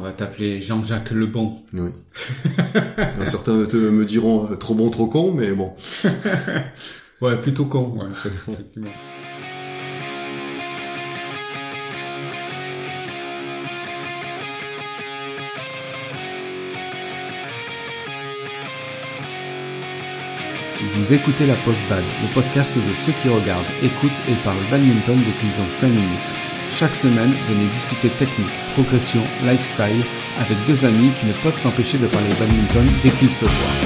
va t'appeler Jean-Jacques Lebon. Oui. Certains me diront trop bon, trop con, mais bon. Ouais, plutôt con, ouais, en fait, effectivement. Vous écoutez la Post-Bad, le podcast de ceux qui regardent, écoutent et parlent badminton dès qu'ils ont 5 minutes. Chaque semaine, venez discuter technique, progression, lifestyle avec deux amis qui ne peuvent s'empêcher de parler badminton dès qu'ils se voient.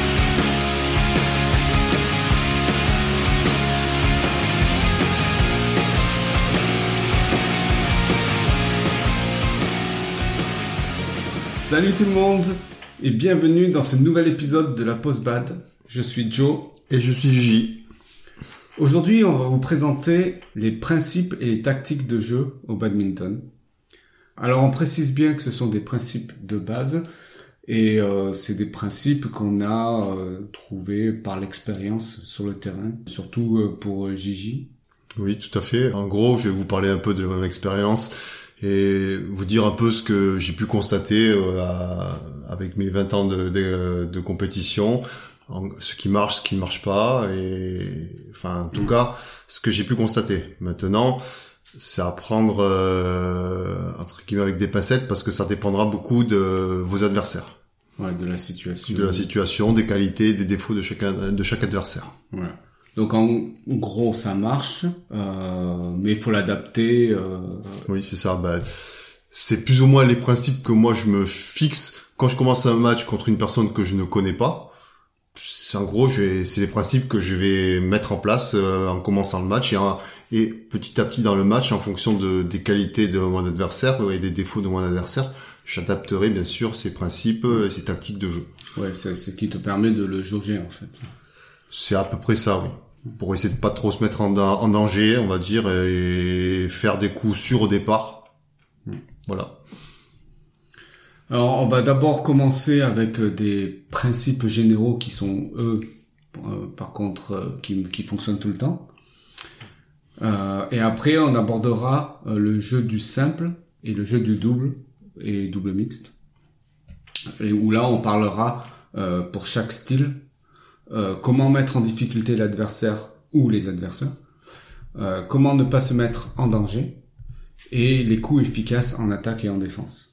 Salut tout le monde et bienvenue dans ce nouvel épisode de la Post-Bad. Je suis Joe. Et je suis Gigi. Aujourd'hui, on va vous présenter les principes et les tactiques de jeu au badminton. Alors, on précise bien que ce sont des principes de base et c'est des principes qu'on a trouvés par l'expérience sur le terrain, surtout pour Gigi. Oui, tout à fait. En gros, je vais vous parler un peu de ma expérience et vous dire un peu ce que j'ai pu constater avec mes 20 ans de compétition. Ce qui marche, ce qui ne marche pas, et enfin en tout cas ce que j'ai pu constater. Maintenant, c'est à prendre entre guillemets avec des pincettes parce que ça dépendra beaucoup de vos adversaires. Ouais, de la situation. De la situation, des qualités, des défauts de chaque adversaire. Voilà. Donc en gros ça marche, mais il faut l'adapter. Oui, c'est ça. C'est plus ou moins les principes que moi je me fixe quand je commence un match contre une personne que je ne connais pas. En gros, c'est les principes que je vais mettre en place en commençant le match et petit à petit dans le match, en fonction des qualités de mon adversaire et des défauts de mon adversaire, j'adapterai bien sûr ces principes et ces tactiques de jeu. Ouais, c'est ce qui te permet de le jauger en fait. C'est à peu près ça, oui. Pour essayer de pas trop se mettre en danger, on va dire, et faire des coups sûrs au départ. Voilà. Alors, on va d'abord commencer avec des principes généraux qui sont, eux, par contre, qui fonctionnent tout le temps. Et après, on abordera le jeu du simple et le jeu du double et double mixte. Et où là, on parlera, pour chaque style, comment mettre en difficulté l'adversaire ou les adversaires, comment ne pas se mettre en danger, et les coups efficaces en attaque et en défense.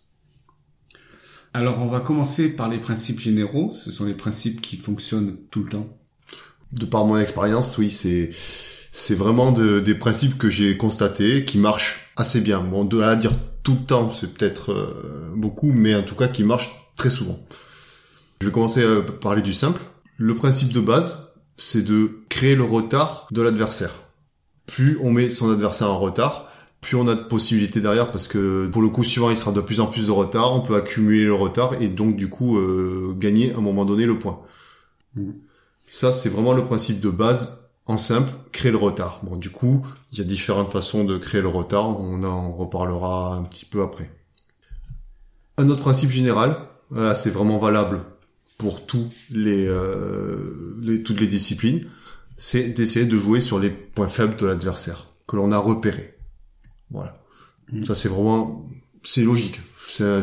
Alors, on va commencer par les principes généraux. Ce sont les principes qui fonctionnent tout le temps. De par mon expérience, oui, c'est vraiment des principes que j'ai constatés, qui marchent assez bien. Bon, de là à dire tout le temps, c'est peut-être beaucoup, mais en tout cas, qui marchent très souvent. Je vais commencer à parler du simple. Le principe de base, c'est de créer le retard de l'adversaire. Plus on met son adversaire en retard, plus on a de possibilités derrière, parce que pour le coup suivant, il sera de plus en plus de retard, on peut accumuler le retard et donc du coup gagner à un moment donné le point. Ça, c'est vraiment le principe de base en simple, créer le retard. Bon, du coup, il y a différentes façons de créer le retard, on en reparlera un petit peu après. Un autre principe général, voilà, c'est vraiment valable pour toutes les disciplines, c'est d'essayer de jouer sur les points faibles de l'adversaire, que l'on a repérés. Voilà. Ça, c'est logique. C'est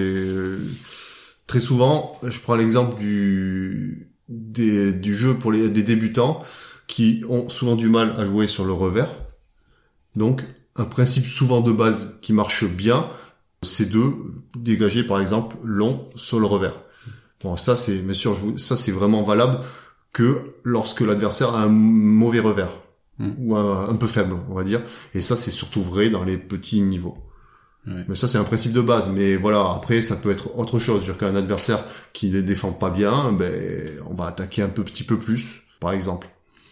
très souvent, je prends l'exemple du jeu pour des débutants qui ont souvent du mal à jouer sur le revers. Donc, un principe souvent de base qui marche bien, c'est de dégager, par exemple, long sur le revers. Bon, ça, c'est, bien sûr, ça, c'est vraiment valable que lorsque l'adversaire a un mauvais revers. Ou un peu faible, on va dire. Et ça, c'est surtout vrai dans les petits niveaux. Ouais. Mais ça, c'est un principe de base. Mais voilà, après, ça peut être autre chose. C'est-à-dire qu'un adversaire qui ne défend pas bien, on va attaquer un petit peu plus, par exemple.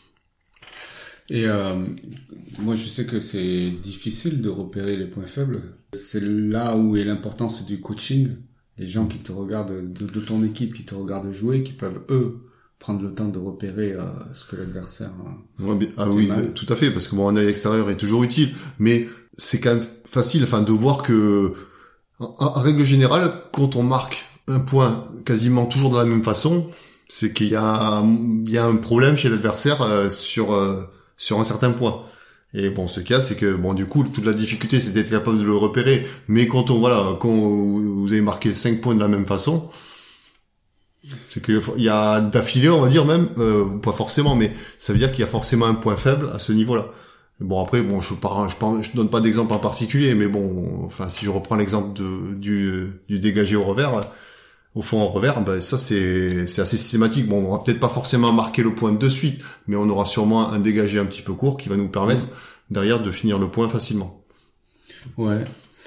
Et moi, je sais que c'est difficile de repérer les points faibles. C'est là où est l'importance du coaching. Les gens qui te regardent, de ton équipe, qui te regardent jouer, qui peuvent, eux, prendre le temps de repérer ce que l'adversaire oui, tout à fait, parce que un œil extérieur est toujours utile, mais c'est quand même facile, de voir que en règle générale, quand on marque un point quasiment toujours de la même façon, c'est qu'il y a un problème chez l'adversaire sur un certain point. Et bon, ce cas, c'est que bon, du coup, toute la difficulté, c'est d'être capable de le repérer. Mais quand vous avez marqué 5 points de la même façon, c'est que il y a d'affilée, on va dire même, pas forcément, mais ça veut dire qu'il y a forcément un point faible à ce niveau-là. Bon, après, bon, je donne pas d'exemple en particulier, mais bon, enfin, si je reprends l'exemple du dégagé au revers, au fond en revers, ben ça c'est assez systématique. Bon, on aura peut-être pas forcément marqué le point de suite, mais on aura sûrement un dégagé un petit peu court qui va nous permettre derrière de finir le point facilement. Ouais.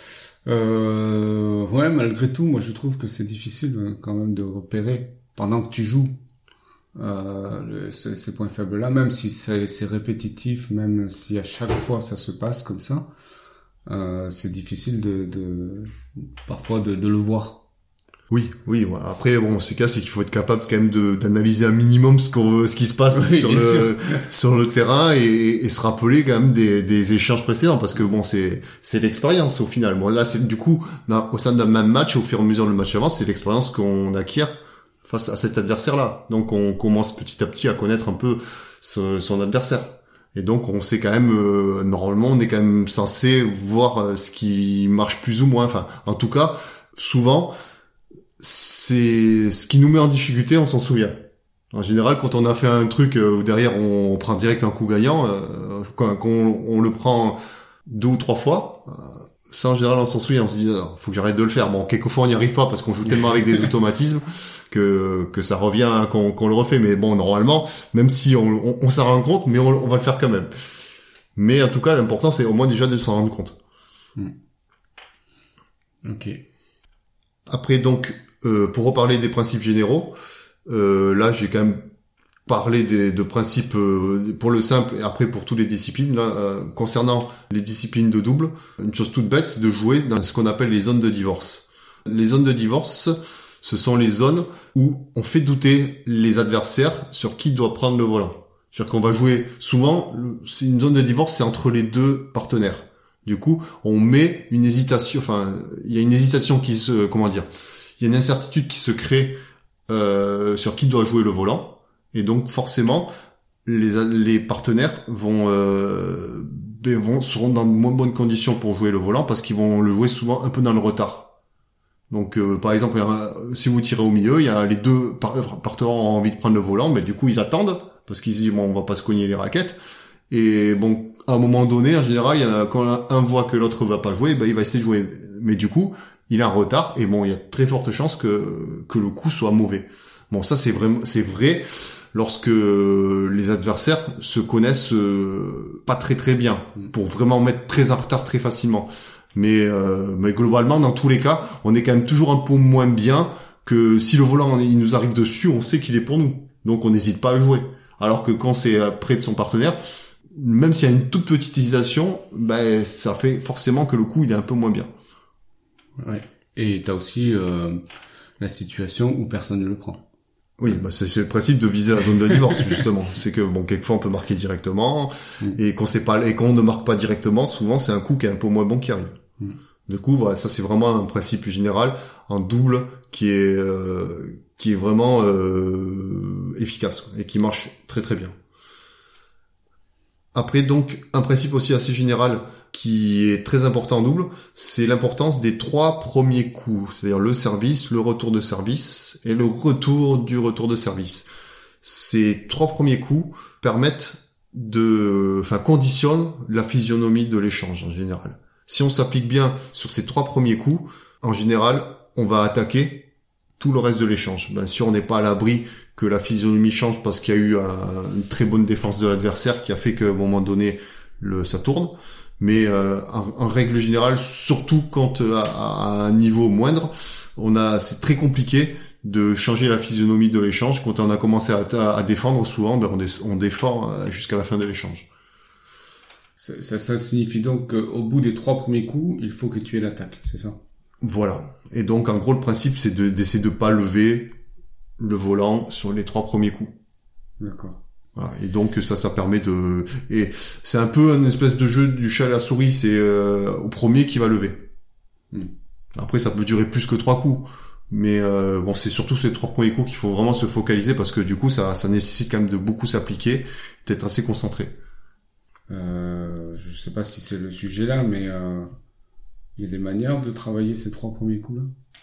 Ouais, malgré tout, moi je trouve que c'est difficile quand même de repérer pendant que tu joues ces points faibles-là, même si c'est répétitif, même si à chaque fois ça se passe comme ça, c'est difficile parfois de le voir. Oui. Après, bon, ce cas, c'est qu'il faut être capable quand même d'analyser un minimum ce qui se passe sur le terrain et se rappeler quand même des échanges précédents, parce que bon, c'est l'expérience au final. Bon, là, c'est du coup, au sein d'un même match, au fur et à mesure le match avance, c'est l'expérience qu'on acquiert face à cet adversaire-là. Donc, on commence petit à petit à connaître un peu son adversaire. Et donc, on sait quand même, normalement, on est quand même censé voir ce qui marche plus ou moins. Enfin, en tout cas, souvent, c'est ce qui nous met en difficulté, on s'en souvient. En général, quand on a fait un truc où derrière on prend direct un coup gagnant, quand on le prend 2 ou 3 fois, ça en général on s'en souvient, on se dit faut que j'arrête de le faire. Bon, quelquefois on n'y arrive pas parce qu'on joue tellement avec des automatismes que ça revient qu'on le refait. Mais bon, normalement, même si on s'en rend compte, mais on va le faire quand même. Mais en tout cas, l'important c'est au moins déjà de s'en rendre compte. Ok. Après donc, pour reparler des principes généraux, là j'ai quand même parlé de principes pour le simple et après pour toutes les disciplines. Là, concernant les disciplines de double, une chose toute bête, c'est de jouer dans ce qu'on appelle les zones de divorce. Les zones de divorce, ce sont les zones où on fait douter les adversaires sur qui doit prendre le volant. C'est-à-dire qu'on va jouer souvent, c'est une zone de divorce, c'est entre les deux partenaires. Du coup, on met une hésitation, enfin, il y a une hésitation il y a une incertitude qui se crée sur qui doit jouer le volant, et donc forcément les partenaires seront dans de moins bonnes conditions pour jouer le volant parce qu'ils vont le jouer souvent un peu dans le retard. Donc par exemple, si vous tirez au milieu, il y a les deux partenaires ont envie de prendre le volant, mais du coup ils attendent parce qu'ils disent bon, on va pas se cogner les raquettes. Et bon, à un moment donné, en général, quand un voit que l'autre va pas jouer, ben il va essayer de jouer, mais du coup il a un retard, et bon, il y a très forte chance que le coup soit mauvais. Bon, ça c'est vrai lorsque les adversaires se connaissent pas très très bien, pour vraiment mettre très en retard très facilement. Mais globalement, dans tous les cas, on est quand même toujours un peu moins bien que si le volant il nous arrive dessus, on sait qu'il est pour nous, donc on n'hésite pas à jouer. Alors que quand c'est près de son partenaire, même s'il y a une toute petite hésitation, ben ça fait forcément que le coup il est un peu moins bien. Ouais. Et t'as aussi la situation où personne ne le prend. Oui, bah c'est le principe de viser la zone de divorce justement. C'est que bon, quelquefois on peut marquer directement et qu'on ne marque pas directement, souvent c'est un coup qui est un peu moins bon qui arrive. Du coup, voilà, ça c'est vraiment un principe général en double qui est vraiment efficace et qui marche très très bien. Après donc un principe aussi assez général qui est très important en double, c'est l'importance des 3 premiers coups, c'est-à-dire le service, le retour de service et le retour du retour de service. Ces 3 premiers coups conditionnent la physionomie de l'échange en général. Si on s'applique bien sur ces 3 premiers coups, en général, on va attaquer tout le reste de l'échange. Bien sûr, on n'est pas à l'abri que la physionomie change parce qu'il y a eu une très bonne défense de l'adversaire qui a fait qu'à un moment donné, ça tourne. Mais en règle générale, surtout quand à un niveau moindre, c'est très compliqué de changer la physionomie de l'échange. Quand on a commencé à défendre, souvent, on défend jusqu'à la fin de l'échange. Ça signifie donc qu'au bout des 3 premiers coups, il faut que tu aies l'attaque, c'est ça? Voilà. Et donc, en gros, le principe, c'est d'essayer de pas lever le volant sur les 3 premiers coups. D'accord. Voilà. Et donc ça permet et c'est un peu une espèce de jeu du chat à la souris, c'est au premier qui va lever. Après ça peut durer plus que 3 coups, mais bon, c'est surtout ces 3 premiers coups qu'il faut vraiment se focaliser parce que du coup ça nécessite quand même de beaucoup s'appliquer, d'être assez concentré. Je sais pas si c'est le sujet là, mais il y a des manières de travailler ces 3 premiers coups là.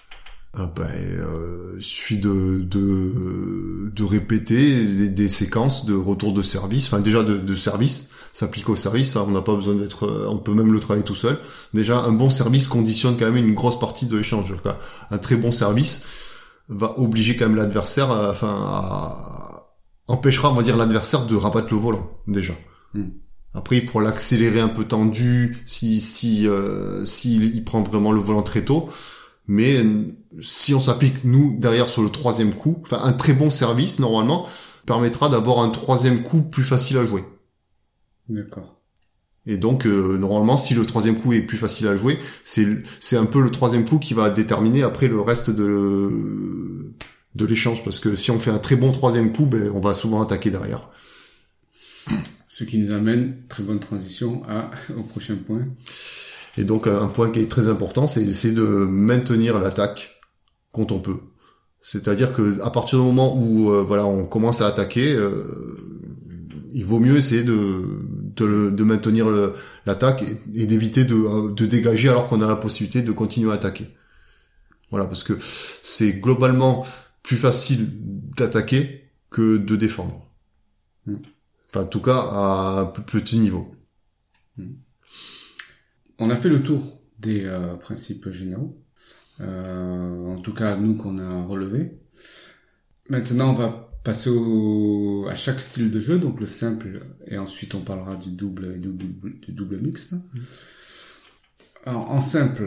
Il suffit de répéter des séquences de retour de service, enfin déjà de service, ça s'applique au service, hein, on n'a pas besoin on peut même le travailler tout seul. Déjà, un bon service conditionne quand même une grosse partie de l'échange. Un très bon service va obliger quand même l'adversaire, empêchera, on va dire, l'adversaire de rabattre le volant, déjà. Après, il pourra l'accélérer un peu tendu s'il prend vraiment le volant très tôt. Mais si on s'applique, nous, derrière sur le 3e coup, enfin, un très bon service, normalement, permettra d'avoir un 3e coup plus facile à jouer. D'accord. Et donc, normalement, si le 3e coup est plus facile à jouer, c'est un peu le 3e coup qui va déterminer après le reste de l'échange. Parce que si on fait un très bon 3e coup, on va souvent attaquer derrière. Ce qui nous amène, très bonne transition, au prochain point. Et donc un point qui est très important, c'est d'essayer de maintenir l'attaque quand on peut. C'est-à-dire que à partir du moment où on commence à attaquer, il vaut mieux essayer de maintenir l'attaque et d'éviter de dégager alors qu'on a la possibilité de continuer à attaquer. Voilà, parce que c'est globalement plus facile d'attaquer que de défendre. Enfin, en tout cas, à un plus petit niveau. On a fait le tour des principes généraux. En tout cas, nous qu'on a relevé. Maintenant, on va passer à chaque style de jeu, donc le simple, et ensuite on parlera du double et du double mixte. Alors, en simple,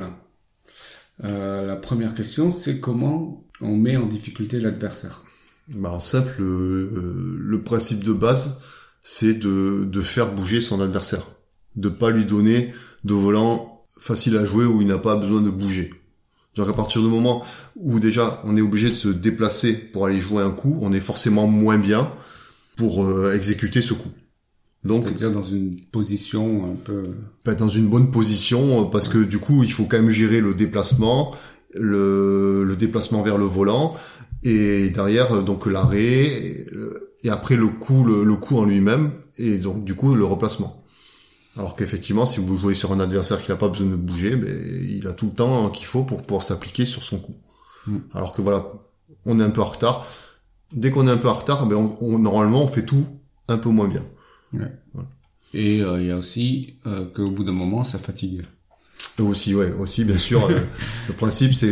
la première question, c'est comment on met en difficulté l'adversaire. En simple, le principe de base, c'est de faire bouger son adversaire, de pas lui donner de volant facile à jouer où il n'a pas besoin de bouger. Donc à partir du moment où déjà on est obligé de se déplacer pour aller jouer un coup, on est forcément moins bien pour exécuter ce coup. Donc, c'est-à-dire dans une position un peu... dans une bonne position, parce que du coup il faut quand même gérer le déplacement, le déplacement vers le volant, et derrière donc l'arrêt, et après le coup en lui-même, et donc du coup le replacement. Alors qu'effectivement, si vous jouez sur un adversaire qui n'a pas besoin de bouger, il a tout le temps qu'il faut pour pouvoir s'appliquer sur son coup. Alors que voilà, on est un peu en retard. Dès qu'on est un peu en retard, normalement, on fait tout un peu moins bien. Ouais. Voilà. Et il y a aussi qu'au bout d'un moment, ça fatigue. Aussi, bien sûr. Le principe, c'est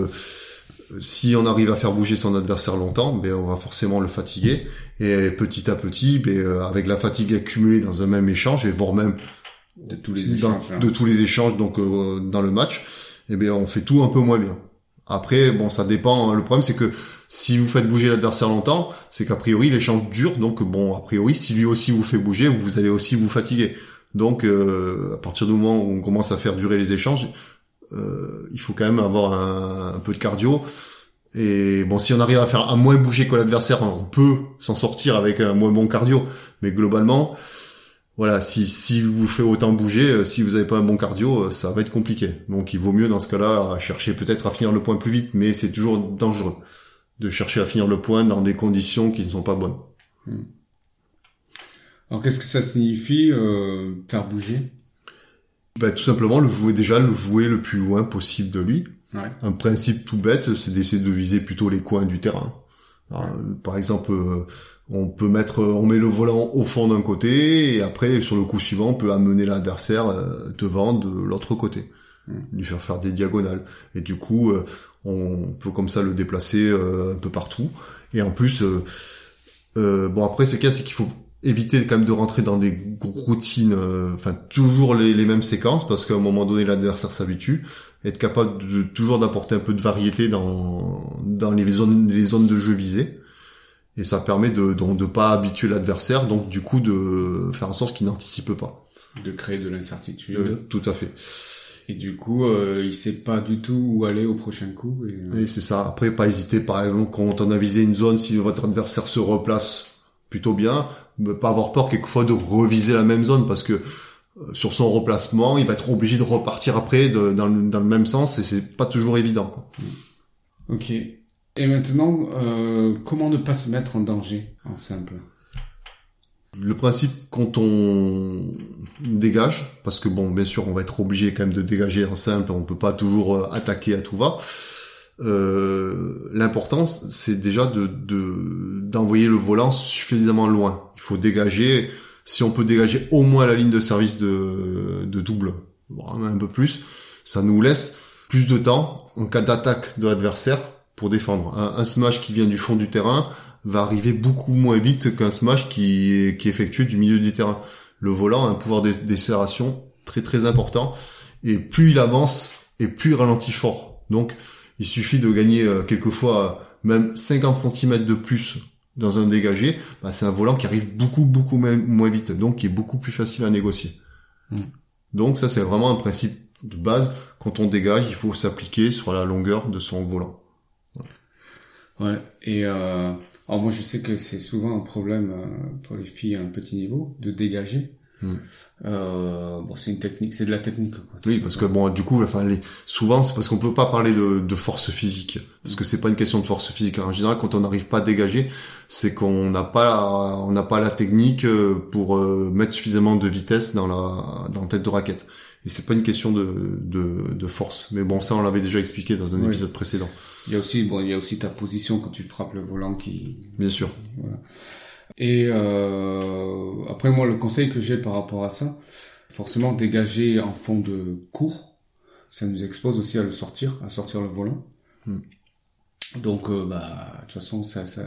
si on arrive à faire bouger son adversaire longtemps, on va forcément le fatiguer. Et petit à petit, avec la fatigue accumulée dans un même échange, et voire même de tous les échanges, de tous les échanges, donc dans le match, on fait tout un peu moins bien. Après, ça dépend. Le problème, c'est que si vous faites bouger l'adversaire longtemps, c'est qu'a priori l'échange dure. Donc a priori, si lui aussi vous fait bouger, vous allez aussi vous fatiguer. Donc à partir du moment où on commence à faire durer les échanges, il faut quand même avoir un peu de cardio. Et si on arrive à moins bouger que l'adversaire, on peut s'en sortir avec un moins bon cardio. Mais globalement, voilà, si vous faites autant bouger, si vous n'avez pas un bon cardio, ça va être compliqué. Donc il vaut mieux dans ce cas-là chercher peut-être à finir le point plus vite, mais c'est toujours dangereux de chercher à finir le point dans des conditions qui ne sont pas bonnes. Alors qu'est-ce que ça signifie faire bouger ? Tout simplement le jouer le plus loin possible de lui. Ouais. Un principe tout bête, c'est d'essayer de viser plutôt les coins du terrain. Alors, par exemple, on met le volant au fond d'un côté, et après, sur le coup suivant, on peut amener l'adversaire devant de l'autre côté. Lui faire des diagonales. Et du coup, on peut comme ça le déplacer un peu partout. Et en plus, après, ce qu'il y a, c'est qu'il faut éviter quand même de rentrer dans des routines, toujours les mêmes séquences, parce qu'à un moment donné, l'adversaire s'habitue. Être capable toujours d'apporter un peu de variété dans les zones de jeu visées. Et ça permet de pas habituer l'adversaire, donc du coup de faire en sorte qu'il n'anticipe pas. De créer de l'incertitude. Tout à fait. Et du coup, il sait pas du tout où aller au prochain coup. Et c'est ça. Après, pas hésiter, par exemple, quand on a visé une zone, si votre adversaire se replace plutôt bien, pas avoir peur quelquefois de reviser la même zone, parce que sur son replacement, il va être obligé de repartir après dans le même sens, et c'est pas toujours évident, quoi. Ok. Et maintenant, comment ne pas se mettre en danger en simple ? Le principe, quand on dégage, parce que bon, bien sûr, on va être obligé quand même de dégager en simple, on peut pas toujours attaquer à tout va. L'importance, c'est déjà d'envoyer le volant suffisamment loin. Il faut dégager, si on peut dégager au moins la ligne de service de double, voire un peu plus, ça nous laisse plus de temps en cas d'attaque de l'adversaire pour défendre. Un smash qui vient du fond du terrain va arriver beaucoup moins vite qu'un smash qui est effectué du milieu du terrain. Le volant a un pouvoir de décélération très très important, et plus il avance, et plus il ralentit fort. Donc, il suffit de gagner quelquefois même 50 cm de plus dans un dégagé, c'est un volant qui arrive beaucoup moins vite, donc qui est beaucoup plus facile à négocier. Donc ça, c'est vraiment un principe de base. Quand on dégage, il faut s'appliquer sur la longueur de son volant. Ouais, et alors moi je sais que c'est souvent un problème pour les filles à un petit niveau de dégager. Bon, c'est une technique, c'est de la technique, quoi. Oui, parce que bon, du coup, souvent, c'est parce qu'on peut pas parler de force physique, parce que c'est pas une question de force physique. En général, quand on n'arrive pas à dégager, c'est qu'on n'a pas la technique pour mettre suffisamment de vitesse dans la tête de raquette. Et c'est pas une question de force. Mais bon, ça, on l'avait déjà expliqué dans un épisode précédent. Il y a aussi ta position quand tu frappes le volant qui... Bien sûr. Voilà. Et après, moi, le conseil que j'ai par rapport à ça, forcément, dégager en fond de cours, ça nous expose aussi à sortir le volant. Donc, de toute façon,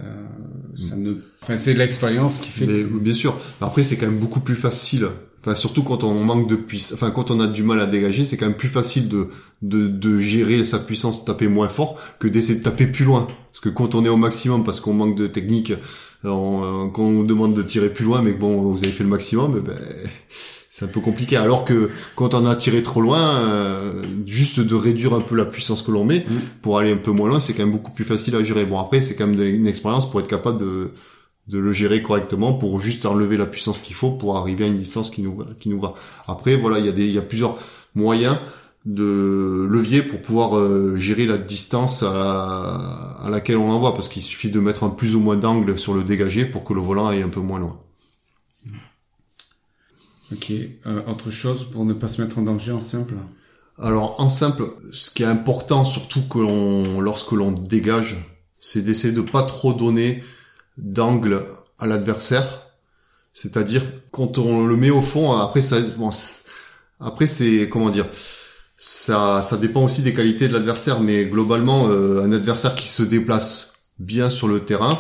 c'est l'expérience qui fait. Mais, bien sûr. Après, c'est quand même beaucoup plus facile. Enfin, surtout quand on manque de puissance. Enfin, quand on a du mal à dégager, c'est quand même plus facile de gérer sa puissance, de taper moins fort, que d'essayer de taper plus loin. Parce que quand on est au maximum, parce qu'on manque de technique, quand on demande de tirer plus loin, mais que bon, vous avez fait le maximum, c'est un peu compliqué. Alors que quand on a tiré trop loin, juste de réduire un peu la puissance que l'on met pour aller un peu moins loin, c'est quand même beaucoup plus facile à gérer. Bon, après, c'est quand même une expérience pour être capable de le gérer correctement, pour juste enlever la puissance qu'il faut pour arriver à une distance qui nous va. Après, voilà, il y a plusieurs moyens de levier pour pouvoir gérer la distance à laquelle on envoie, parce qu'il suffit de mettre un plus ou moins d'angle sur le dégagé pour que le volant aille un peu moins loin. Ok. Autre chose pour ne pas se mettre en danger en simple? Alors, en simple, ce qui est important, surtout lorsque l'on dégage, c'est d'essayer de pas trop donner d'angle à l'adversaire. C'est-à-dire, quand on le met au fond, après c'est, comment dire, ça dépend aussi des qualités de l'adversaire, mais globalement, un adversaire qui se déplace bien sur le terrain,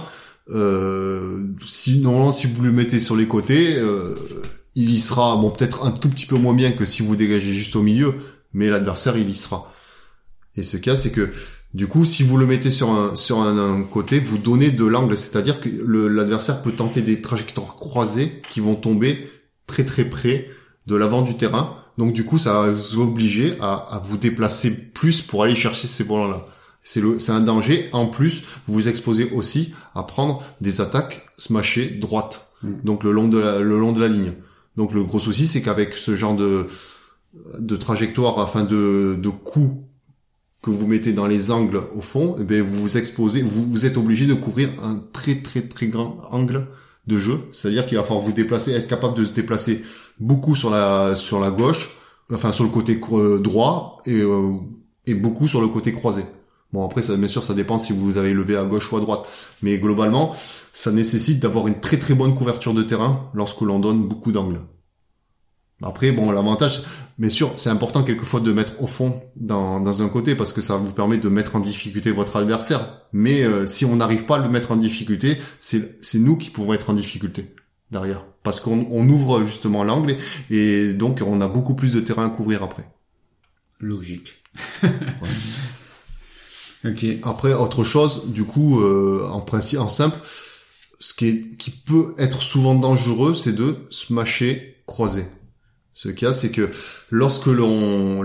si vous le mettez sur les côtés, il y sera, bon, peut-être un tout petit peu moins bien que si vous dégagez juste au milieu, mais l'adversaire, il y sera. Et ce cas, c'est que, du coup, si vous le mettez sur un côté, vous donnez de l'angle, c'est-à-dire que l'adversaire peut tenter des trajectoires croisées qui vont tomber très très près de l'avant du terrain. Donc du coup, ça va vous obliger à vous déplacer plus pour aller chercher ces volants-là. C'est un danger. En plus, vous vous exposez aussi à prendre des attaques smashées droites, donc le long de la ligne. Donc le gros souci, c'est qu'avec ce genre de trajectoire, enfin de coups que vous mettez dans les angles au fond, vous vous exposez, vous êtes obligé de couvrir un très très très grand angle de jeu. C'est-à-dire qu'il va falloir vous déplacer, être capable de se déplacer beaucoup sur la gauche, enfin sur le côté droit, et beaucoup sur le côté croisé. Bon, après, ça, bien sûr, ça dépend si vous avez levé à gauche ou à droite. Mais globalement, ça nécessite d'avoir une très très bonne couverture de terrain lorsque l'on donne beaucoup d'angles. Après, bon, l'avantage, bien sûr, c'est important quelquefois de mettre au fond dans un côté, parce que ça vous permet de mettre en difficulté votre adversaire. Mais si on n'arrive pas à le mettre en difficulté, c'est nous qui pouvons être en difficulté derrière. Parce qu'on ouvre justement l'angle, et donc on a beaucoup plus de terrain à couvrir après. Logique. Ouais. Okay. Après, autre chose, du coup, en principe, en simple, qui peut être souvent dangereux, c'est de smasher croisé. Ce cas, c'est que lorsqu'on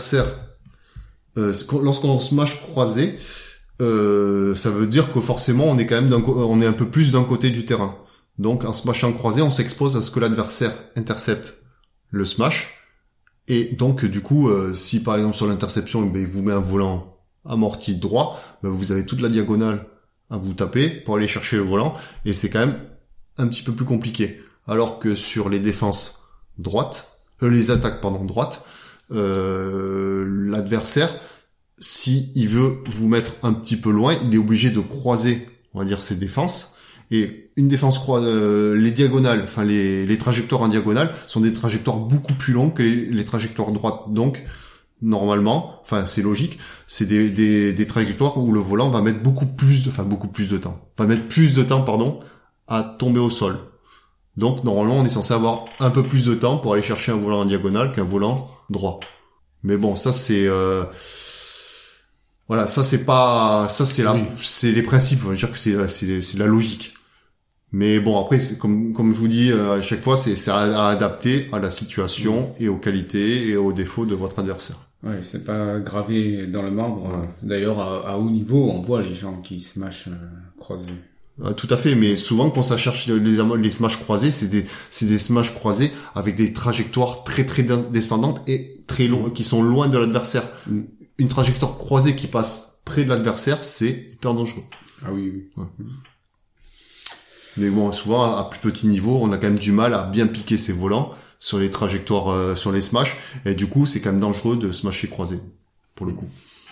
smash croisé, ça veut dire que forcément on est quand même on est un peu plus d'un côté du terrain. Donc en smashant croisé, on s'expose à ce que l'adversaire intercepte le smash. Et donc du coup, si par exemple sur l'interception, il vous met un volant amorti droit, vous avez toute la diagonale à vous taper pour aller chercher le volant, et c'est quand même un petit peu plus compliqué. alors que sur les défenses droites, les attaques droites, l'adversaire, si il veut vous mettre un petit peu loin, il est obligé de croiser, on va dire, ses défenses. Et une défense les diagonales, enfin les trajectoires en diagonale sont des trajectoires beaucoup plus longues que les trajectoires droites. Donc normalement, enfin c'est logique, c'est des trajectoires où le volant va mettre beaucoup plus de temps à tomber au sol. Donc normalement on est censé avoir un peu plus de temps pour aller chercher un volant en diagonale qu'un volant droit. Mais bon, ça c'est voilà, c'est les principes, on va dire que c'est la logique. Mais bon, après, c'est comme je vous dis à chaque fois, c'est à adapter à la situation et aux qualités et aux défauts de votre adversaire. Ouais, c'est pas gravé dans le marbre. Ouais. D'ailleurs, à haut niveau, on voit les gens qui smashent croisés. Tout à fait, mais souvent quand ça cherche les smash croisés, c'est des smash croisés avec des trajectoires très très descendantes et très longues, qui sont loin de l'adversaire. Une trajectoire croisée qui passe près de l'adversaire, c'est hyper dangereux. Ah oui. Ouais. Mais bon, souvent, à plus petit niveau, on a quand même du mal à bien piquer ses volants sur les trajectoires, sur les smash, et du coup, c'est quand même dangereux de smasher croisé, pour le coup.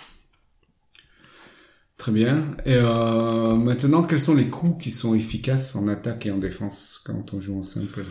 Très bien. Et maintenant, quels sont les coups qui sont efficaces en attaque et en défense quand on joue en simple?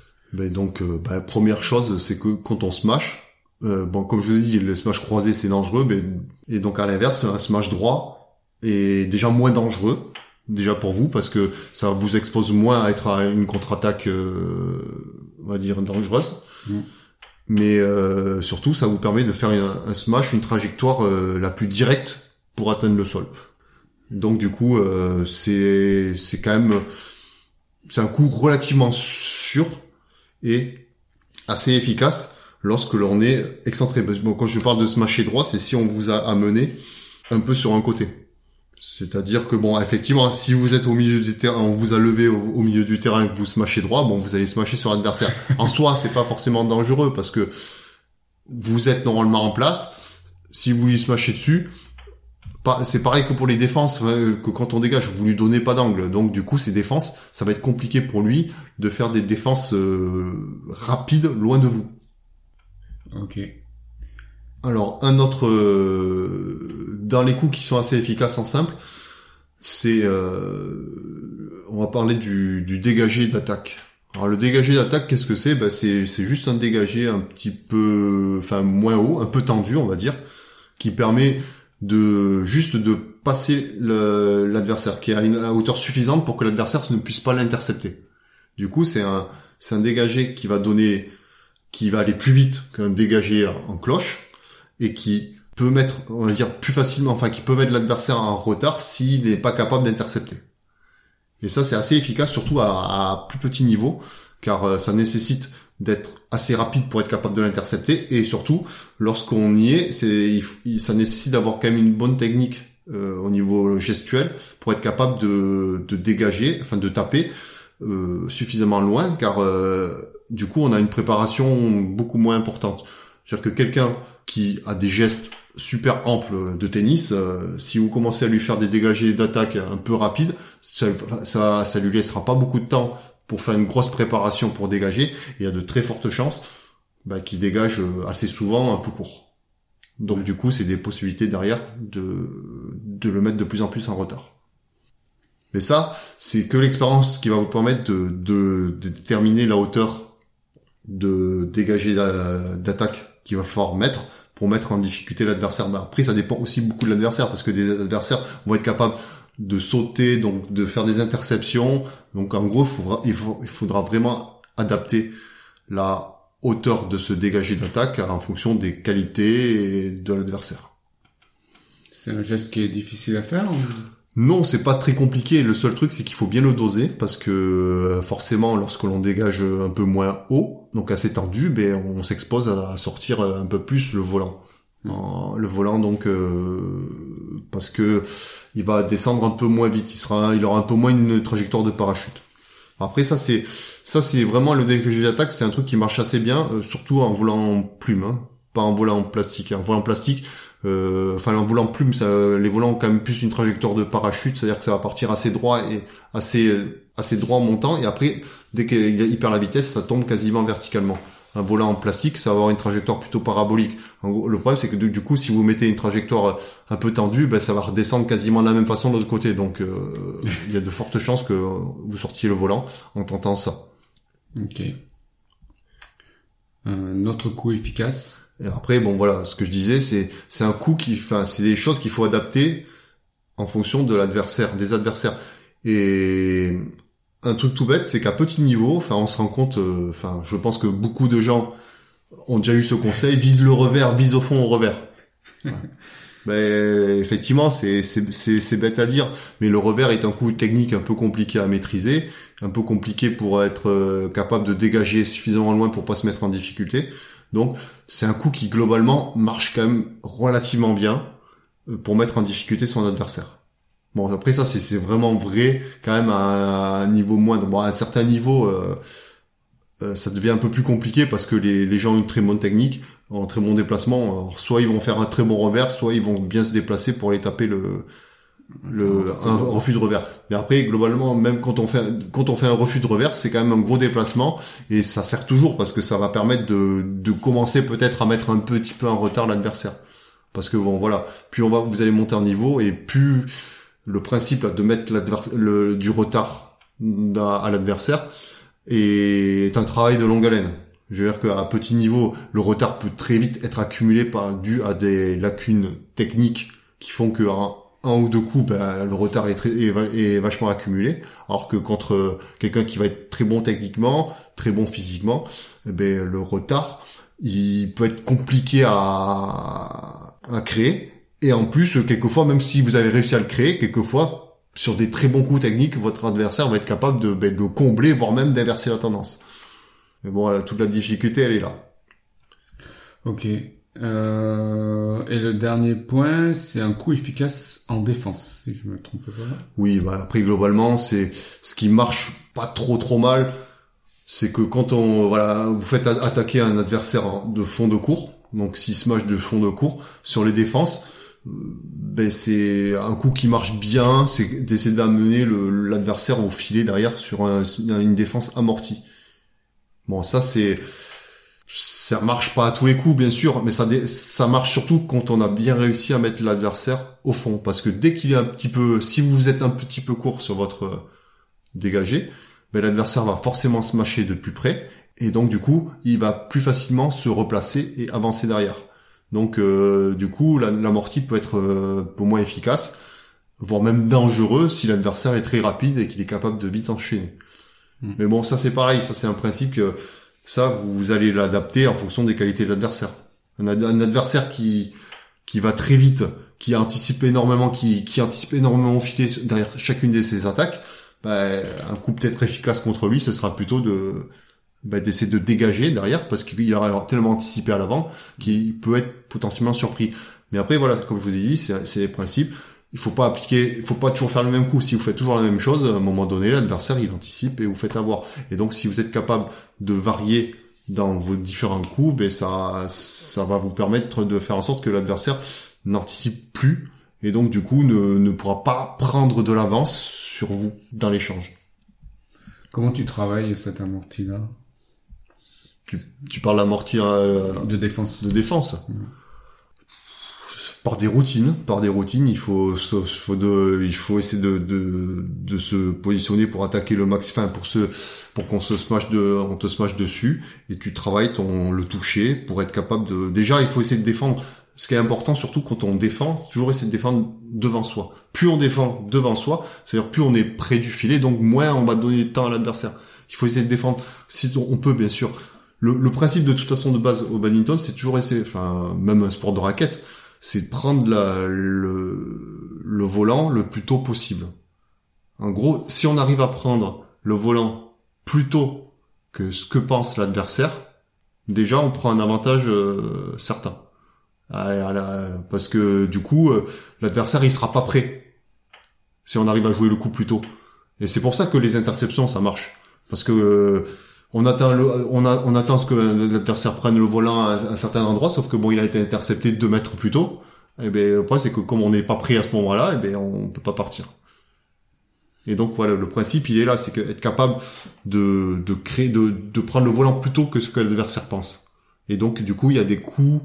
Première chose, c'est que quand on smash, comme je vous ai dit, le smash croisé, c'est dangereux, et donc à l'inverse, un smash droit est déjà moins dangereux, déjà pour vous, parce que ça vous expose moins à être à une contre-attaque, on va dire, dangereuse. Mais surtout, ça vous permet de faire un smash, une trajectoire la plus directe pour atteindre le sol. Donc du coup, c'est quand même, c'est un coup relativement sûr et assez efficace lorsque l'on est excentré. Bon, quand je parle de smasher droit, c'est si on vous a amené un peu sur un côté. C'est-à-dire que bon, effectivement, si vous êtes au milieu du terrain, on vous a levé au milieu du terrain et que vous smashez droit, bon, vous allez smasher sur l'adversaire. En soi, c'est pas forcément dangereux parce que vous êtes normalement en place. Si vous lui smashez dessus, c'est pareil que pour les défenses, que quand on dégage, vous lui donnez pas d'angle. Donc du coup, ces défenses, ça va être compliqué pour lui de faire des défenses rapides loin de vous. Ok. Alors, un autre dans les coups qui sont assez efficaces en simple, c'est on va parler du dégagé d'attaque. Alors le dégagé d'attaque, qu'est-ce que c'est? C'est juste un dégagé un petit peu, moins haut, un peu tendu, on va dire, qui permet de passer l'adversaire, qui est à une hauteur suffisante pour que l'adversaire ne puisse pas l'intercepter. Du coup, c'est un dégagé qui va aller plus vite qu'un dégagé en cloche, et qui peut mettre, on va dire, plus facilement, qui peut mettre l'adversaire en retard s'il n'est pas capable d'intercepter. Et ça, c'est assez efficace, surtout à plus petit niveau, car ça nécessite d'être assez rapide pour être capable de l'intercepter, et surtout, lorsqu'on y est, ça nécessite d'avoir quand même une bonne technique au niveau gestuel pour être capable de dégager, de taper suffisamment loin, car du coup, on a une préparation beaucoup moins importante. C'est-à-dire que quelqu'un qui a des gestes super amples de tennis, si vous commencez à lui faire des dégagés d'attaque un peu rapides, ça lui laissera pas beaucoup de temps pour faire une grosse préparation pour dégager, et il y a de très fortes chances qu'il dégage assez souvent un peu court. Donc du coup, c'est des possibilités derrière de le mettre de plus en plus en retard. Mais ça, c'est que l'expérience qui va vous permettre de déterminer la hauteur de dégagé d'attaque qu'il va falloir mettre pour mettre en difficulté l'adversaire. Après, ça dépend aussi beaucoup de l'adversaire, parce que des adversaires vont être capables de sauter, donc de faire des interceptions. Donc en gros, il faudra vraiment adapter la hauteur de ce dégagé d'attaque en fonction des qualités de l'adversaire. C'est un geste qui est difficile à faire ou... Non, c'est pas très compliqué. Le seul truc, c'est qu'il faut bien le doser, parce que forcément, lorsque l'on dégage un peu moins haut, donc assez tendu, on s'expose à sortir un peu plus le volant. Le volant, donc, parce que il va descendre un peu moins vite. Il aura un peu moins une trajectoire de parachute. Après, ça c'est vraiment le dégagé d'attaque. C'est un truc qui marche assez bien, surtout en volant plume, pas en volant plastique. En volant plastique, enfin en volant plume, les volants ont quand même plus une trajectoire de parachute, c'est-à-dire que ça va partir assez droit et assez droit en montant, et après dès qu'il perd la vitesse, ça tombe quasiment verticalement. Un volant en plastique, ça va avoir une trajectoire plutôt parabolique. En gros, le problème, c'est que du coup, si vous mettez une trajectoire un peu tendue, ça va redescendre quasiment de la même façon de l'autre côté. Donc, il y a de fortes chances que vous sortiez le volant en tentant ça. Ok. Notre coup efficace. Et après, bon, voilà, ce que je disais, c'est un coup c'est des choses qu'il faut adapter en fonction de des adversaires. Et un truc tout bête, c'est qu'à petit niveau, on se rend compte, je pense que beaucoup de gens ont déjà eu ce conseil, vise le revers, vise au fond au revers. Effectivement, c'est bête à dire, mais le revers est un coup technique un peu compliqué à maîtriser, un peu compliqué pour être capable de dégager suffisamment loin pour pas se mettre en difficulté. Donc, c'est un coup qui globalement marche quand même relativement bien pour mettre en difficulté son adversaire. Bon, après ça, c'est vraiment vrai quand même à un niveau moindre. Bon, à un certain niveau, ça devient un peu plus compliqué parce que les gens ont une très bonne technique, ont un très bon déplacement. Alors, soit ils vont faire un très bon revers, soit ils vont bien se déplacer pour aller taper un refus de revers. Mais après, globalement, même quand on fait un refus de revers, c'est quand même un gros déplacement et ça sert toujours parce que ça va permettre de commencer peut-être à mettre un petit peu en retard l'adversaire. Parce que bon, voilà, plus vous allez monter en niveau et plus le principe là, de mettre du retard à l'adversaire est un travail de longue haleine. Je veux dire qu'à petit niveau, le retard peut très vite être accumulé dû à des lacunes techniques qui font que un ou deux coups, le retard est vachement accumulé. Alors que contre quelqu'un qui va être très bon techniquement, très bon physiquement, le retard, il peut être compliqué à créer. Et en plus, quelquefois, même si vous avez réussi à le créer, quelquefois, sur des très bons coups techniques, votre adversaire va être capable de combler, voire même d'inverser la tendance. Mais bon, voilà, toute la difficulté, elle est là. Ok. Et le dernier point, c'est un coup efficace en défense, si je me trompe pas. Oui, après, globalement, c'est ce qui marche pas trop mal, c'est que quand vous faites attaquer un adversaire de fond de cours, donc 6 matchs de fond de cours, sur les défenses, c'est un coup qui marche bien, c'est d'essayer d'amener l'adversaire au filet derrière sur une défense amortie. Bon, ça marche pas à tous les coups, bien sûr, mais ça marche surtout quand on a bien réussi à mettre l'adversaire au fond, parce que dès qu'il est si vous êtes un petit peu court sur votre dégagé, l'adversaire va forcément se mâcher de plus près, et donc du coup, il va plus facilement se replacer et avancer derrière. Donc du coup, l'amorti peut être pour moins efficace, voire même dangereux si l'adversaire est très rapide et qu'il est capable de vite enchaîner. Mais bon, ça c'est pareil, ça c'est un principe que ça vous allez l'adapter en fonction des qualités de l'adversaire. Un adversaire qui va très vite, qui anticipe énormément au filet derrière chacune de ses attaques, un coup peut-être efficace contre lui, ce sera plutôt d'essayer de dégager derrière parce qu'il aura tellement anticipé à l'avant qu'il peut être potentiellement surpris. Mais après voilà, comme je vous ai dit, c'est les principes. Il faut pas toujours faire le même coup. Si vous faites toujours la même chose, à un moment donné, l'adversaire il anticipe et vous faites avoir. Et donc si vous êtes capable de varier dans vos différents coups, ça va vous permettre de faire en sorte que l'adversaire n'anticipe plus et donc du coup ne pourra pas prendre de l'avance sur vous dans l'échange. Comment tu travailles cet amorti-là? Tu parles d'amorti de défense. De défense. Par des routines, il faut essayer de se positionner pour attaquer le max, pour qu'on on te smash dessus, et tu travailles le toucher pour être capable déjà, il faut essayer de défendre. Ce qui est important, surtout quand on défend, c'est toujours essayer de défendre devant soi. Plus on défend devant soi, c'est-à-dire plus on est près du filet, donc moins on va donner de temps à l'adversaire. Il faut essayer de défendre, si on peut, bien sûr. Le principe de toute façon de base au badminton, c'est toujours essayer, même un sport de raquette, c'est de prendre le volant le plus tôt possible. En gros, si on arrive à prendre le volant plus tôt que ce que pense l'adversaire, déjà on prend un avantage certain. Parce que du coup, l'adversaire il sera pas prêt si on arrive à jouer le coup plus tôt. Et c'est pour ça que les interceptions ça marche. Parce que on attend ce que l'adversaire prenne le volant à un certain endroit, sauf que bon, il a été intercepté 2 mètres plus tôt. Et ben le problème c'est que comme on n'est pas prêt à ce moment-là, et ben on peut pas partir. Et donc voilà, le principe il est là, c'est que être capable de créer, de prendre le volant plus tôt que ce que l'adversaire pense. Et donc du coup il y a des coups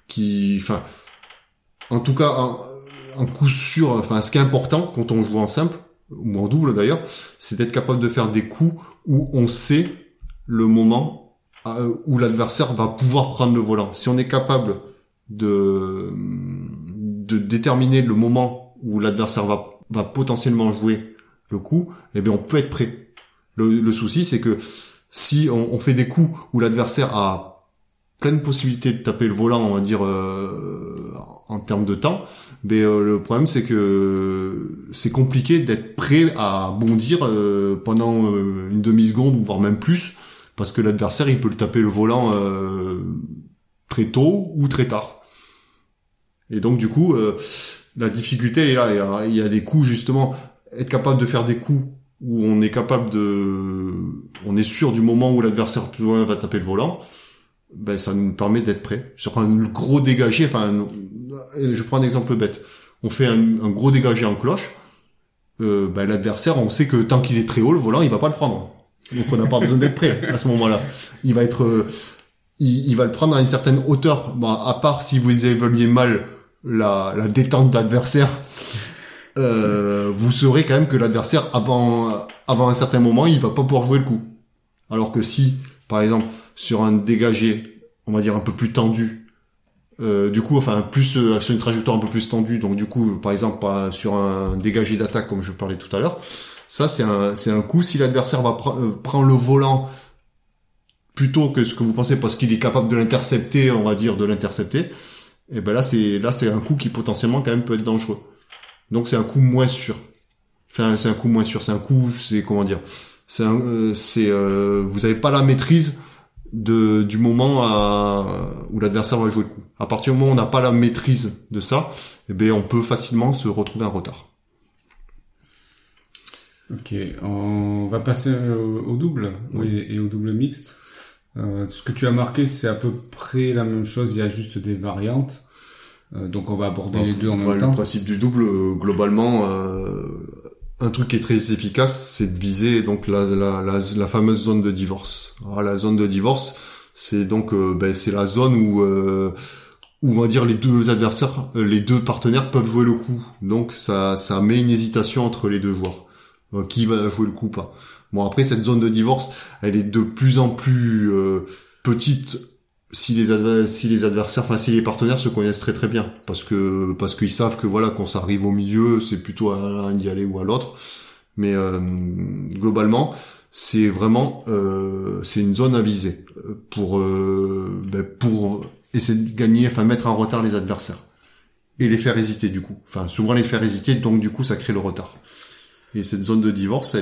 en tout cas un coup sûr, ce qui est important quand on joue en simple ou en double d'ailleurs, c'est d'être capable de faire des coups où on sait le moment où l'adversaire va pouvoir prendre le volant. Si on est capable de déterminer le moment où l'adversaire va potentiellement jouer le coup, eh bien on peut être prêt. Le souci c'est que si on fait des coups où l'adversaire a pleine possibilité de taper le volant, on va dire en termes de temps, mais le problème c'est que c'est compliqué d'être prêt à bondir pendant une demi-seconde voire même plus, parce que l'adversaire il peut le taper le volant très tôt ou très tard. Et donc du coup la difficulté elle est là. Il y a des coups justement, être capable de faire des coups où on est on est sûr du moment où l'adversaire va taper le volant, ben ça nous permet d'être prêt sur un gros dégagé. Je prends un exemple bête, on fait un gros dégagé en cloche, l'adversaire on sait que tant qu'il est très haut le volant il va pas le prendre, donc on n'a pas besoin d'être prêt à ce moment-là. Il va être il va le prendre à une certaine hauteur, à part si vous évaluez mal la détente de l'adversaire, vous saurez quand même que l'adversaire avant un certain moment il va pas pouvoir jouer le coup. Alors que si par exemple sur un dégagé on va dire un peu plus tendu, sur une trajectoire un peu plus tendue, donc du coup par exemple sur un dégagé d'attaque comme je parlais tout à l'heure, ça c'est un coup, si l'adversaire va prendre le volant plutôt que ce que vous pensez parce qu'il est capable de l'intercepter, et ben là c'est un coup qui potentiellement quand même peut être dangereux. Donc c'est un coup moins sûr. C'est un coup, vous avez pas la maîtrise du moment où l'adversaire va jouer le coup. À partir du moment où on n'a pas la maîtrise de ça, eh ben on peut facilement se retrouver en retard. Ok, on va passer au double, oui, et au double mixte. Ce que tu as marqué, c'est à peu près la même chose, il y a juste des variantes. Donc on va aborder les deux en même temps. Le principe du double, globalement, un truc qui est très efficace, c'est de viser donc la fameuse zone de divorce. Alors, la zone de divorce, c'est donc c'est la zone où on va dire les deux partenaires peuvent jouer le coup. Donc ça met une hésitation entre les deux joueurs. Qui va jouer le coup ou pas. Bon, après cette zone de divorce, elle est de plus en plus petite si les partenaires se connaissent très très bien, parce qu'ils savent que voilà, quand ça arrive au milieu, c'est plutôt à l'un d'y aller ou à l'autre. Mais globalement, c'est vraiment c'est une zone à viser pour essayer de gagner, mettre en retard les adversaires et les faire hésiter du coup. Souvent les faire hésiter, donc du coup ça crée le retard. Et cette zone de divorce,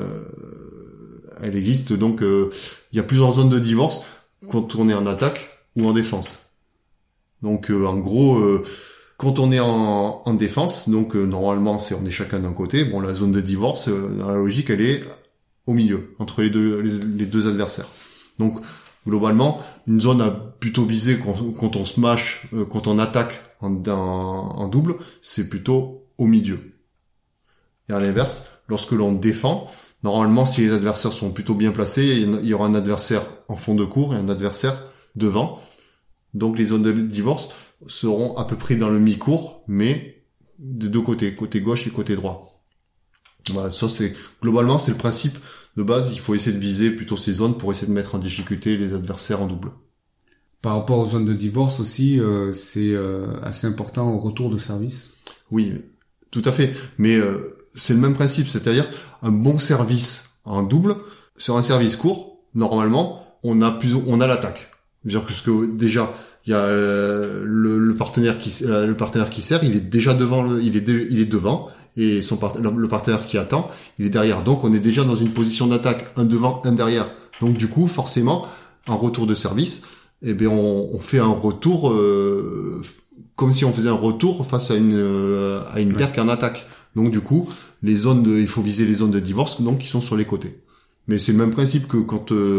elle existe, donc il y a plusieurs zones de divorce quand on est en attaque ou en défense. Donc en gros, quand on est en défense, donc normalement on est chacun d'un côté. Bon, la zone de divorce, dans la logique, elle est au milieu, entre les deux adversaires. Donc globalement, une zone à plutôt viser quand on smash, quand on attaque en double, c'est plutôt au milieu. Et à l'inverse, lorsque l'on défend, normalement, si les adversaires sont plutôt bien placés, il y aura un adversaire en fond de cour et un adversaire devant. Donc les zones de divorce seront à peu près dans le mi-court, mais des deux côtés, côté gauche et côté droit. Voilà, ça globalement c'est le principe de base. Il faut essayer de viser plutôt ces zones pour essayer de mettre en difficulté les adversaires en double. Par rapport aux zones de divorce aussi, c'est assez important au retour de service. Oui, tout à fait. Mais c'est le même principe, c'est-à-dire un bon service en double, sur un service court, normalement, on a l'attaque. C'est-à-dire que déjà, il y a le partenaire qui sert, il est déjà devant il est devant, et le partenaire qui attend, il est derrière. Donc on est déjà dans une position d'attaque, un devant, un derrière. Donc du coup, forcément, en retour de service, on fait un retour comme si on faisait un retour face à une paire qui est en attaque. Donc du coup, il faut viser les zones de divorce donc qui sont sur les côtés. Mais c'est le même principe que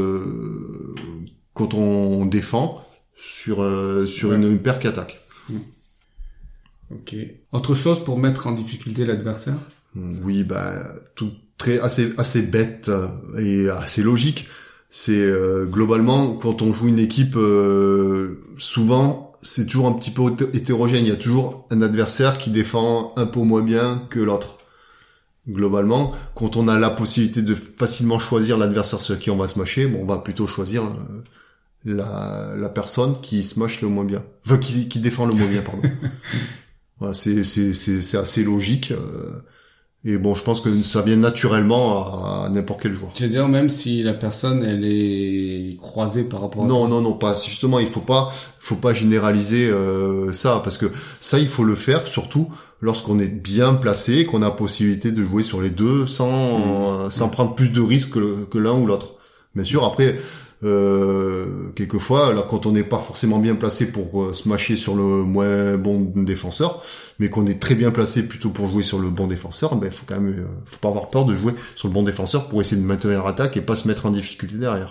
quand on défend sur une paire qui attaque. Ok. Autre chose pour mettre en difficulté l'adversaire? Oui, tout assez bête et assez logique. C'est globalement quand on joue une équipe, souvent c'est toujours un petit peu hétérogène. Il y a toujours un adversaire qui défend un peu moins bien que l'autre. Globalement, quand on a la possibilité de facilement choisir l'adversaire sur qui on va smasher, on va plutôt choisir la personne qui smash le moins bien, enfin qui défend le moins bien, pardon. Voilà, c'est assez logique. Et bon, je pense que ça vient naturellement à n'importe quel joueur. Tu veux dire même si la personne elle est croisée par rapport à toi? Non, pas. Justement, il faut pas généraliser ça, parce que ça, il faut le faire surtout lorsqu'on est bien placé, qu'on a la possibilité de jouer sur les deux sans prendre plus de risques que l'un ou l'autre. Bien sûr, après, quelquefois, là, quand on n'est pas forcément bien placé pour smasher sur le moins bon défenseur, mais qu'on est très bien placé plutôt pour jouer sur le bon défenseur, faut quand même, faut pas avoir peur de jouer sur le bon défenseur pour essayer de maintenir l'attaque et pas se mettre en difficulté derrière.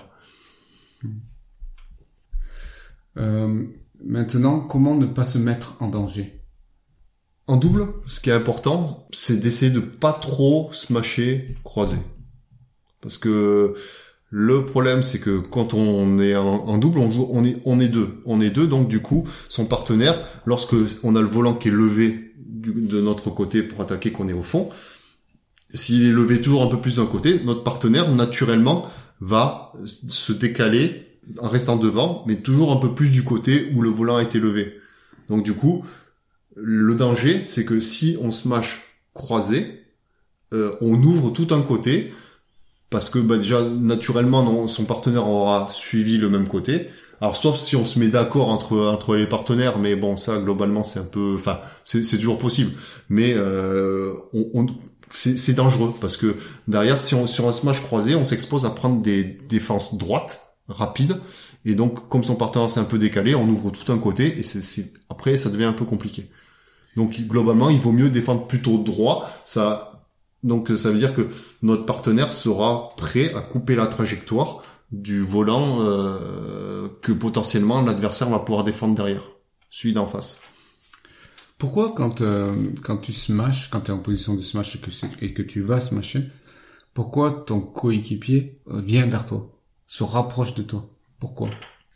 Maintenant, comment ne pas se mettre en danger? En double, ce qui est important, c'est d'essayer de pas trop smasher croisé. Parce que le problème, c'est que quand on est en double, on est deux. On est deux, donc du coup, son partenaire, lorsque on a le volant qui est levé de notre côté pour attaquer, qu'on est au fond, s'il est levé toujours un peu plus d'un côté, notre partenaire, naturellement, va se décaler en restant devant, mais toujours un peu plus du côté où le volant a été levé. Donc du coup, le danger, c'est que si on smash croisé, on ouvre tout un côté, parce que déjà naturellement son partenaire aura suivi le même côté. Alors sauf si on se met d'accord entre les partenaires, mais bon, ça globalement c'est un peu, enfin c'est toujours possible, mais c'est dangereux, parce que derrière, sur un smash croisé, on s'expose à prendre des défenses droites rapides, et donc comme son partenaire s'est un peu décalé, on ouvre tout un côté, et après ça devient un peu compliqué. Donc globalement, il vaut mieux défendre plutôt droit. Donc ça veut dire que notre partenaire sera prêt à couper la trajectoire du volant que potentiellement l'adversaire va pouvoir défendre derrière, celui d'en face. Pourquoi quand tu smashes, quand tu es en position de smash et que tu vas smasher, pourquoi ton coéquipier vient vers toi, se rapproche de toi? Pourquoi?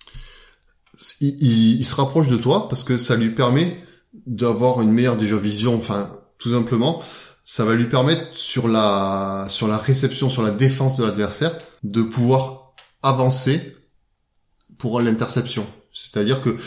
Il se rapproche de toi parce que ça lui permet d'avoir une meilleure déjà vision, enfin tout simplement, ça va lui permettre sur la réception, sur la défense de l'adversaire, de pouvoir avancer pour l'interception. C'est-à-dire que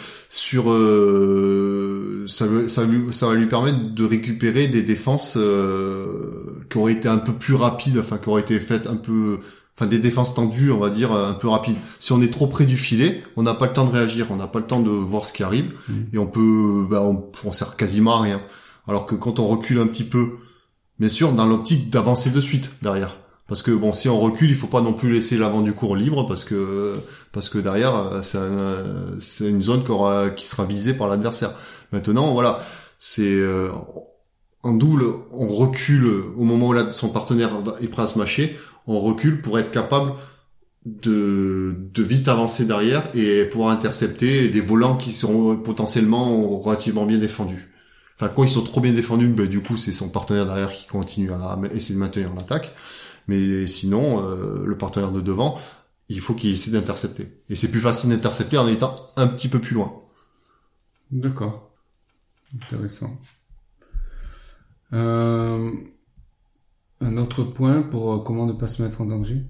ça va lui permettre de récupérer des défenses qui auraient été un peu plus rapides, enfin qui auraient été faites un peu, enfin des défenses tendues, on va dire un peu rapides. Si on est trop près du filet, on n'a pas le temps de réagir, on n'a pas le temps de voir ce qui arrive, et on sert quasiment à rien. Alors que quand on recule un petit peu, bien sûr, dans l'optique d'avancer de suite derrière. Parce que bon, si on recule, il faut pas non plus laisser l'avant du cours libre, parce que derrière, c'est une zone qui sera visée par l'adversaire. Maintenant, voilà, c'est en double, on recule au moment où son partenaire est prêt à se mâcher, on recule pour être capable de vite avancer derrière et pouvoir intercepter des volants qui sont potentiellement relativement bien défendus. Enfin, quand ils sont trop bien défendus, du coup, c'est son partenaire derrière qui continue à essayer de maintenir l'attaque. Mais sinon, le partenaire de devant, il faut qu'il essaie d'intercepter. Et c'est plus facile d'intercepter en étant un petit peu plus loin. D'accord. Intéressant. Un autre point pour comment ne pas se mettre en danger?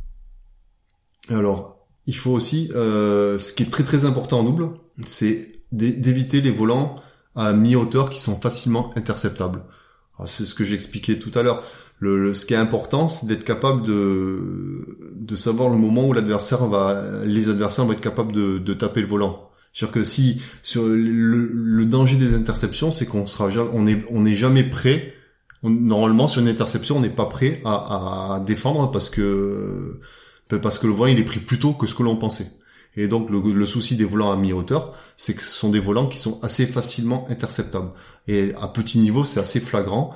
Alors, il faut aussi, ce qui est très très important en double, c'est d'éviter les volants à mi-hauteur qui sont facilement interceptables. Alors, c'est ce que j'expliquais tout à l'heure. Ce qui est important, c'est d'être capable de savoir le moment où les adversaires vont être capables de taper le volant. C'est-à-dire que si sur le danger des interceptions, c'est on n'est jamais prêt. Normalement, sur une interception, on n'est pas prêt à défendre parce que le volant il est pris plus tôt que ce que l'on pensait. Et donc le souci des volants à mi-hauteur, c'est que ce sont des volants qui sont assez facilement interceptables. Et à petit niveau, c'est assez flagrant.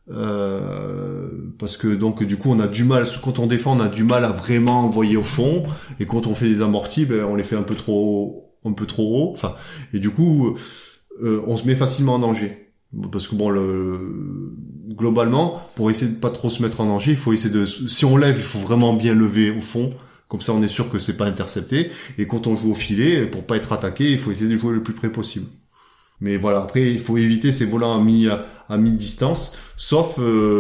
Parce que donc du coup on a du mal, quand on défend on a du mal à vraiment envoyer au fond, et quand on fait des amortis on les fait un peu trop haut, enfin, et du coup on se met facilement en danger. Parce que bon, globalement, pour essayer de pas trop se mettre en danger, il faut essayer si on lève, il faut vraiment bien lever au fond. Comme ça, on est sûr que c'est pas intercepté. Et quand on joue au filet, pour pas être attaqué, il faut essayer de jouer le plus près possible. Mais voilà, après, il faut éviter ces volants à mi-distance, sauf,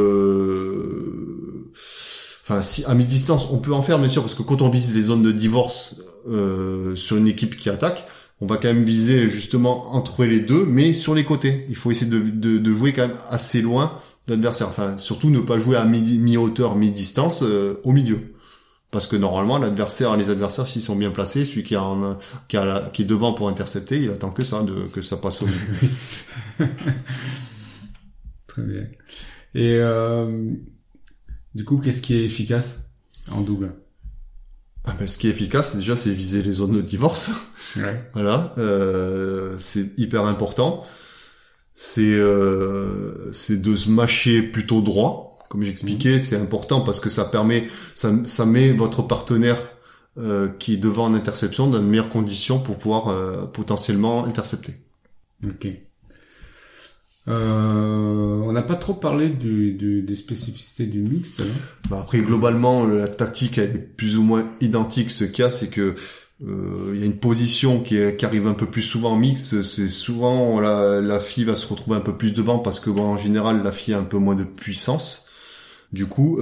si à mi-distance, on peut en faire, bien sûr, parce que quand on vise les zones de divorce sur une équipe qui attaque, on va quand même viser justement entre les deux, mais sur les côtés. Il faut essayer de jouer quand même assez loin de l'adversaire. Enfin, surtout ne pas jouer à mi-hauteur, mi-distance au milieu. Parce que normalement, les adversaires, s'ils sont bien placés, celui qui est devant pour intercepter, il attend que ça passe au milieu. Très bien. Et du coup, qu'est-ce qui est efficace en double? Ce qui est efficace, c'est viser les zones de divorce. Ouais. Voilà, c'est hyper important. C'est de se mâcher plutôt droit. Comme j'expliquais, c'est important parce que ça met votre partenaire qui est devant en interception dans de meilleures conditions pour pouvoir potentiellement intercepter. Ok. On n'a pas trop parlé des spécificités du mixte. Après, globalement, la tactique elle est plus ou moins identique. Ce qu'il y a, c'est que il y a une position qui arrive un peu plus souvent en mixte. C'est souvent la fille va se retrouver un peu plus devant parce que en général, la fille a un peu moins de puissance. Du coup,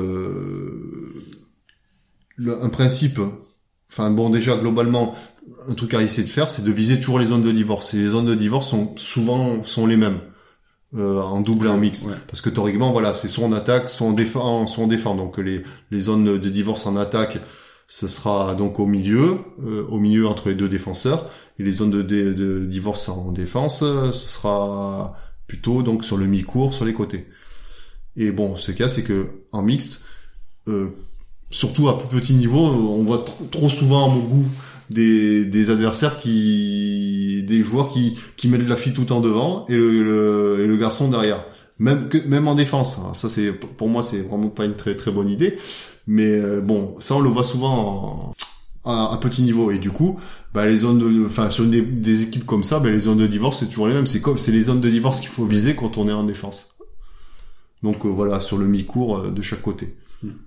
un principe, déjà globalement, un truc à essayer de faire, c'est de viser toujours les zones de divorce. Et les zones de divorce sont les mêmes en double et en mixte, parce que théoriquement, voilà, c'est soit on attaque, soit on défend. Donc les zones de divorce en attaque, ce sera donc au milieu entre les deux défenseurs, et les zones de divorce en défense, ce sera plutôt donc sur le mi-court, sur les côtés. Et bon, ce cas, c'est que en mixte, surtout à plus petit niveau, on voit trop souvent à mon goût des adversaires des joueurs qui mettent la fille tout en devant et le garçon derrière. Même en défense. Alors ça pour moi c'est vraiment pas une très très bonne idée. Mais ça on le voit souvent à petit niveau, et du coup, les zones sur des équipes comme ça, les zones de divorce c'est toujours les mêmes. C'est les zones de divorce qu'il faut viser quand on est en défense. Donc voilà, sur le mi-court de chaque côté.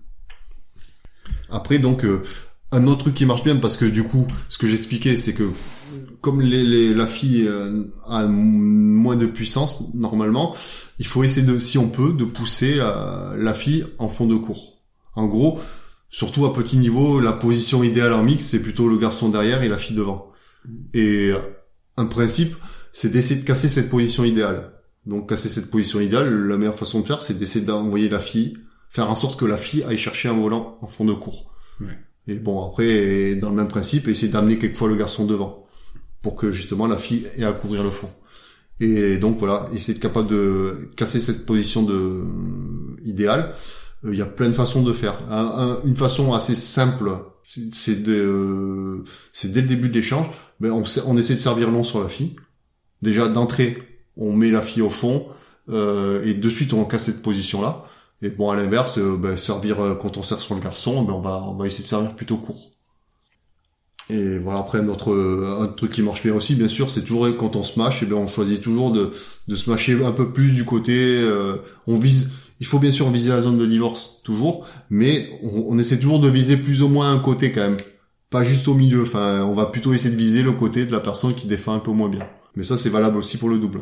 Après donc un autre truc qui marche bien, parce que du coup ce que j'expliquais, c'est que comme la fille a moins de puissance normalement, il faut essayer si on peut, de pousser la fille en fond de court. En gros, surtout à petit niveau, la position idéale en mix, c'est plutôt le garçon derrière et la fille devant. Et un principe, c'est d'essayer de casser cette position idéale. Donc casser cette position idéale, la meilleure façon de faire, c'est d'essayer d'envoyer la fille, faire en sorte que la fille aille chercher un volant en fond de court. Ouais. Et après, dans le même principe, essayer d'amener quelquefois le garçon devant, pour que justement la fille ait à couvrir le fond. Et donc voilà, essayer de capable de casser cette position idéale. Il y a plein de façons de faire. Une façon assez simple, c'est dès le début de l'échange, on essaie de servir long sur la fille. Déjà d'entrée, on met la fille au fond, et de suite on casse cette position-là. Et à l'inverse, servir quand on sert sur le garçon, on va essayer de servir plutôt court. Et voilà, après un truc qui marche bien aussi, bien sûr, c'est toujours quand on smash, on choisit toujours de smasher un peu plus du côté. Il faut bien sûr viser la zone de divorce toujours, mais on essaie toujours de viser plus ou moins un côté quand même, pas juste au milieu. On va plutôt essayer de viser le côté de la personne qui défend un peu moins bien. Mais ça, c'est valable aussi pour le double.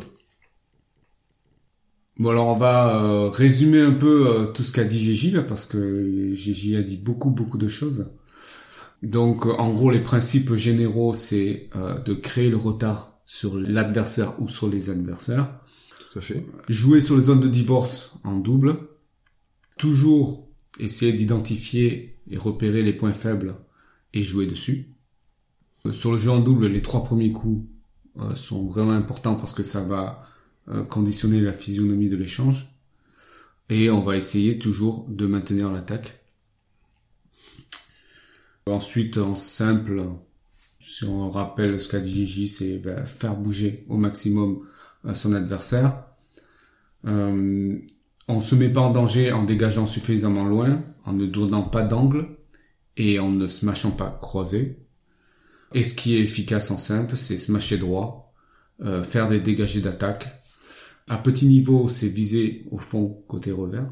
Bon, alors on va résumer un peu tout ce qu'a dit Gigi là, parce que Gigi a dit beaucoup de choses. Donc en gros, les principes généraux, c'est de créer le retard sur l'adversaire ou sur les adversaires. Tout à fait. Jouer sur les zones de divorce en double. Toujours essayer d'identifier et repérer les points faibles et jouer dessus. Sur le jeu en double, les 3 premiers coups sont vraiment importants parce que ça va conditionner la physionomie de l'échange. Et on va essayer toujours de maintenir l'attaque. Ensuite, en simple, si on rappelle ce qu'a dit Gigi, c'est faire bouger au maximum son adversaire. On se met pas en danger en dégageant suffisamment loin, en ne donnant pas d'angle et en ne smashant pas croisé. Et ce qui est efficace en simple, c'est smasher droit, faire des dégagés d'attaque, À petit niveau, c'est viser au fond côté revers.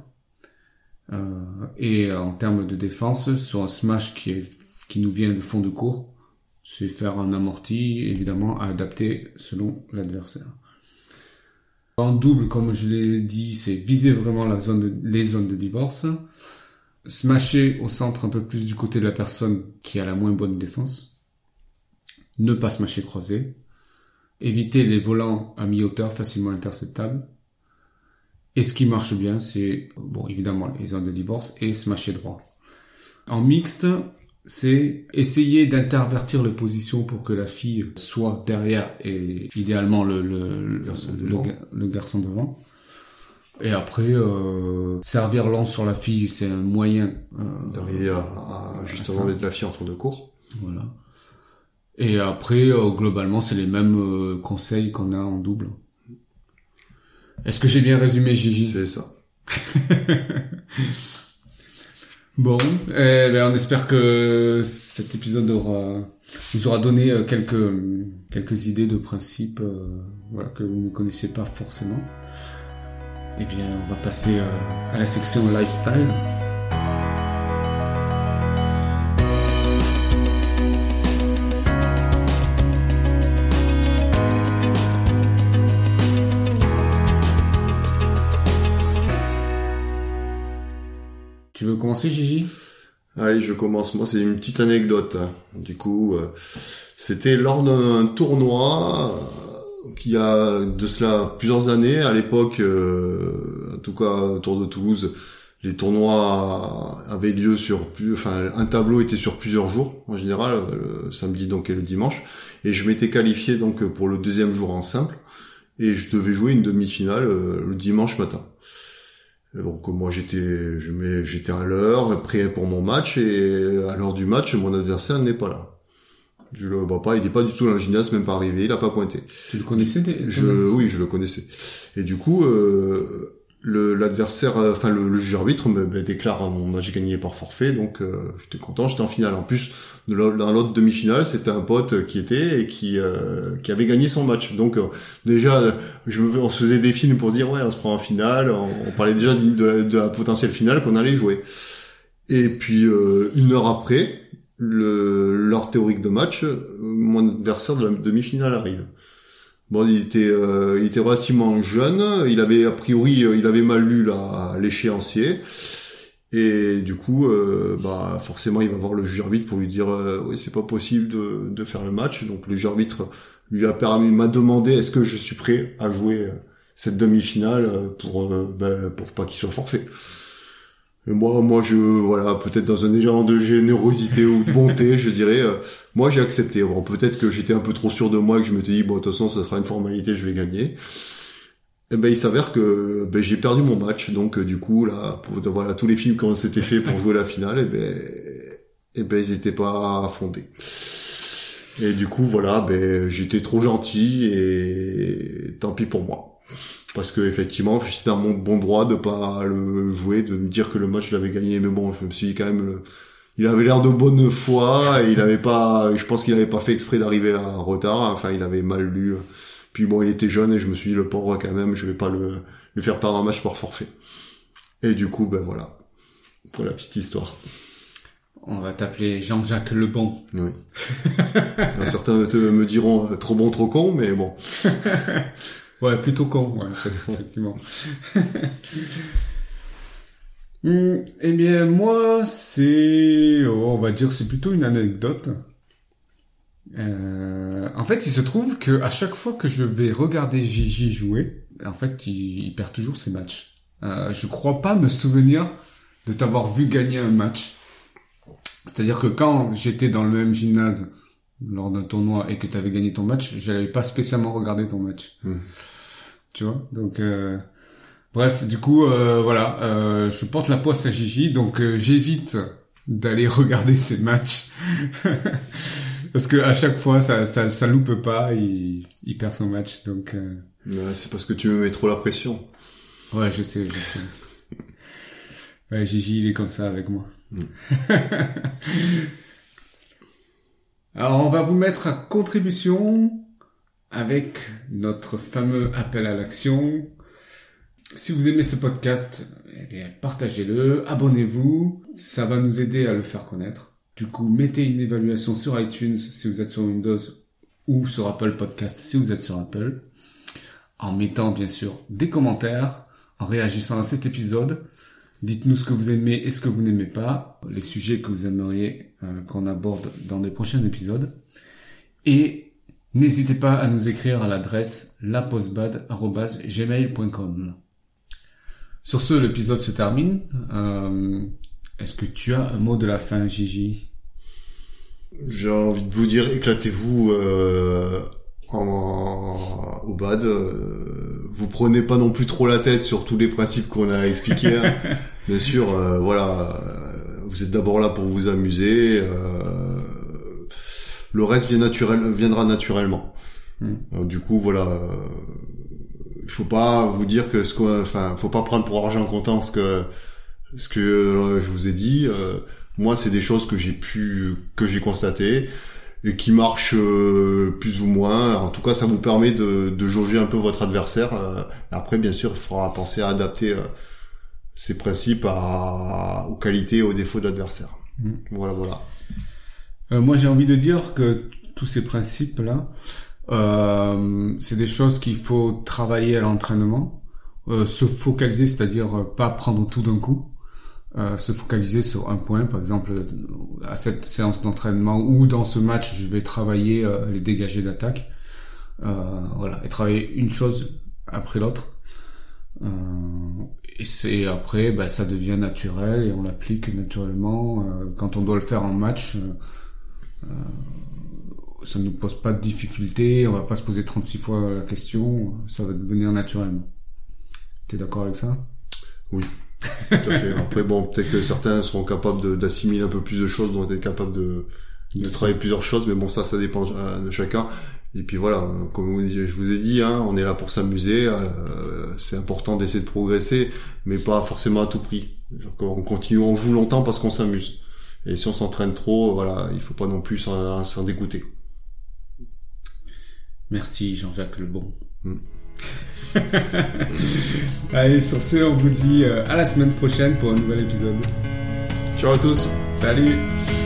Et en termes de défense, sur un smash qui nous vient de fond de court, c'est faire un amorti, évidemment, à adapter selon l'adversaire. En double, comme je l'ai dit, c'est viser vraiment les zones de divorce. Smasher au centre un peu plus du côté de la personne qui a la moins bonne défense. Ne pas smasher croisé. Éviter les volants à mi-hauteur facilement interceptables. Et ce qui marche bien, c'est, bon, évidemment, les zones de divorce et smasher droit. En mixte, c'est essayer d'intervertir les positions pour que la fille soit derrière et idéalement le garçon devant. Et après, servir lance sur la fille, c'est un moyen d'arriver à justement mettre la fille en fond de cours. Voilà. Et après, globalement, c'est les mêmes conseils qu'on a en double. Est-ce que j'ai bien résumé, Gigi? C'est ça. Bon, on espère que cet épisode nous aura donné quelques idées de principes voilà, que vous ne connaissiez pas forcément. Eh bien, on va passer à la section lifestyle. Tu veux commencer, Gigi ? Allez, je commence. Moi, c'est une petite anecdote. Du coup, c'était lors d'un tournoi qui y a de cela plusieurs années. À l'époque, en tout cas autour de Toulouse, les tournois avaient lieu un tableau était sur plusieurs jours en général, le samedi donc et le dimanche. Et je m'étais qualifié donc pour le deuxième jour en simple et je devais jouer une demi-finale le dimanche matin. Donc moi j'étais à l'heure, prêt pour mon match, et à l'heure du match, mon adversaire n'est pas là. Je le vois pas, il est pas du tout dans le gymnase, même pas arrivé, il a pas pointé. Tu le connaissais Oui, je le connaissais. Et du coup, l'adversaire, le juge arbitre me déclare mon match gagné par forfait, donc j'étais content, j'étais en finale. En plus, dans l'autre demi-finale, c'était un pote qui avait gagné son match. Donc déjà, on se faisait des films pour se dire ouais, on se prend en finale, on parlait déjà de la potentielle finale qu'on allait jouer. Et puis une heure après, l'heure théorique de match, mon adversaire de la demi-finale arrive. Bon, il était relativement jeune, il avait mal lu l'échéancier, et du coup, forcément, il va voir le juge arbitre pour lui dire, oui, c'est pas possible de faire le match. Donc, le juge arbitre m'a demandé est-ce que je suis prêt à jouer cette demi-finale pour pas qu'il soit forfait. Et moi, peut-être dans un élan de générosité ou de bonté, je dirais, moi j'ai accepté. Bon, peut-être que j'étais un peu trop sûr de moi et que je m'étais dit, bon, de toute façon, ça sera une formalité, je vais gagner. Et il s'avère que j'ai perdu mon match. Donc, du coup, là, tous les films qu'on s'était fait pour jouer la finale, ils étaient pas fondés. Et du coup, j'étais trop gentil et tant pis pour moi. Parce que effectivement, j'étais dans mon bon droit de pas le jouer, de me dire que le match je l'avais gagné, mais bon, je me suis dit quand même, il avait l'air de bonne foi, et je pense qu'il avait pas fait exprès d'arriver en retard, enfin, il avait mal lu. Puis bon, il était jeune, et je me suis dit, le pauvre, quand même, je vais pas le faire perdre un match par forfait. Et du coup, voilà. Pour la petite histoire. On va t'appeler Jean-Jacques Lebon. Oui. Certains me diront, trop bon, trop con, mais bon. Ouais, plutôt con, ouais, en fait, effectivement. Eh bien, moi, on va dire, c'est plutôt une anecdote. En fait, il se trouve que à chaque fois que je vais regarder Gigi jouer, en fait, il perd toujours ses matchs. Je crois pas me souvenir de t'avoir vu gagner un match. C'est-à-dire que quand j'étais dans le même gymnase lors d'un tournoi et que tu avais gagné ton match, j'avais pas spécialement regardé ton match. Tu vois, donc bref, du coup je porte la poisse à Gigi, donc j'évite d'aller regarder ses matchs parce que à chaque fois ça loupe pas, il perd son match, donc ouais, c'est parce que tu me mets trop la pression. Ouais, je sais. Ouais, Gigi, il est comme ça avec moi. Alors, on va vous mettre à contribution avec notre fameux appel à l'action. Si vous aimez ce podcast, eh bien, partagez-le, abonnez-vous, ça va nous aider à le faire connaître. Du coup, mettez une évaluation sur iTunes si vous êtes sur Windows ou sur Apple Podcast si vous êtes sur Apple. En mettant bien sûr des commentaires, en réagissant à cet épisode. Dites-nous ce que vous aimez et ce que vous n'aimez pas, les sujets que vous aimeriez qu'on aborde dans des prochains épisodes. Et n'hésitez pas à nous écrire à l'adresse lapostbad@gmail.com. Sur ce, l'épisode se termine. Est-ce que tu as un mot de la fin, Gigi? J'ai envie de vous dire, éclatez-vous au bad. Vous prenez pas non plus trop la tête sur tous les principes qu'on a expliqués. Hein. Bien sûr, vous êtes d'abord là pour vous amuser. Le reste viendra naturellement. Du coup, voilà. Il faut pas vous dire que faut pas prendre pour argent comptant ce que je vous ai dit. Moi, c'est des choses que j'ai constatées et qui marchent plus ou moins. En tout cas, ça vous permet de jauger un peu votre adversaire. Après, bien sûr, il faudra penser à adapter ces principes aux qualités et aux défauts de l'adversaire. Voilà. Moi, j'ai envie de dire que tous ces principes-là, c'est des choses qu'il faut travailler à l'entraînement, se focaliser, c'est-à-dire pas prendre tout d'un coup. Se focaliser sur un point, par exemple à cette séance d'entraînement ou dans ce match je vais travailler les dégagés d'attaque, et travailler une chose après l'autre, et c'est après ça devient naturel et on l'applique naturellement quand on doit le faire en match. Ça ne nous pose pas de difficulté, on va pas se poser 36 fois la question, ça va devenir naturellement. T'es d'accord avec ça? Oui. Tout à fait. Après, peut-être que certains seront capables d'assimiler un peu plus de choses, donc être capables de travailler plusieurs choses, mais ça dépend de chacun. Et puis voilà, comme je vous ai dit, hein, on est là pour s'amuser, c'est important d'essayer de progresser, mais pas forcément à tout prix. On joue longtemps parce qu'on s'amuse. Et si on s'entraîne trop, il faut pas non plus s'en dégoûter. Merci Jean-Jacques Lebon. Allez, sur ce, on vous dit à la semaine prochaine pour un nouvel épisode. Ciao à tous. Salut.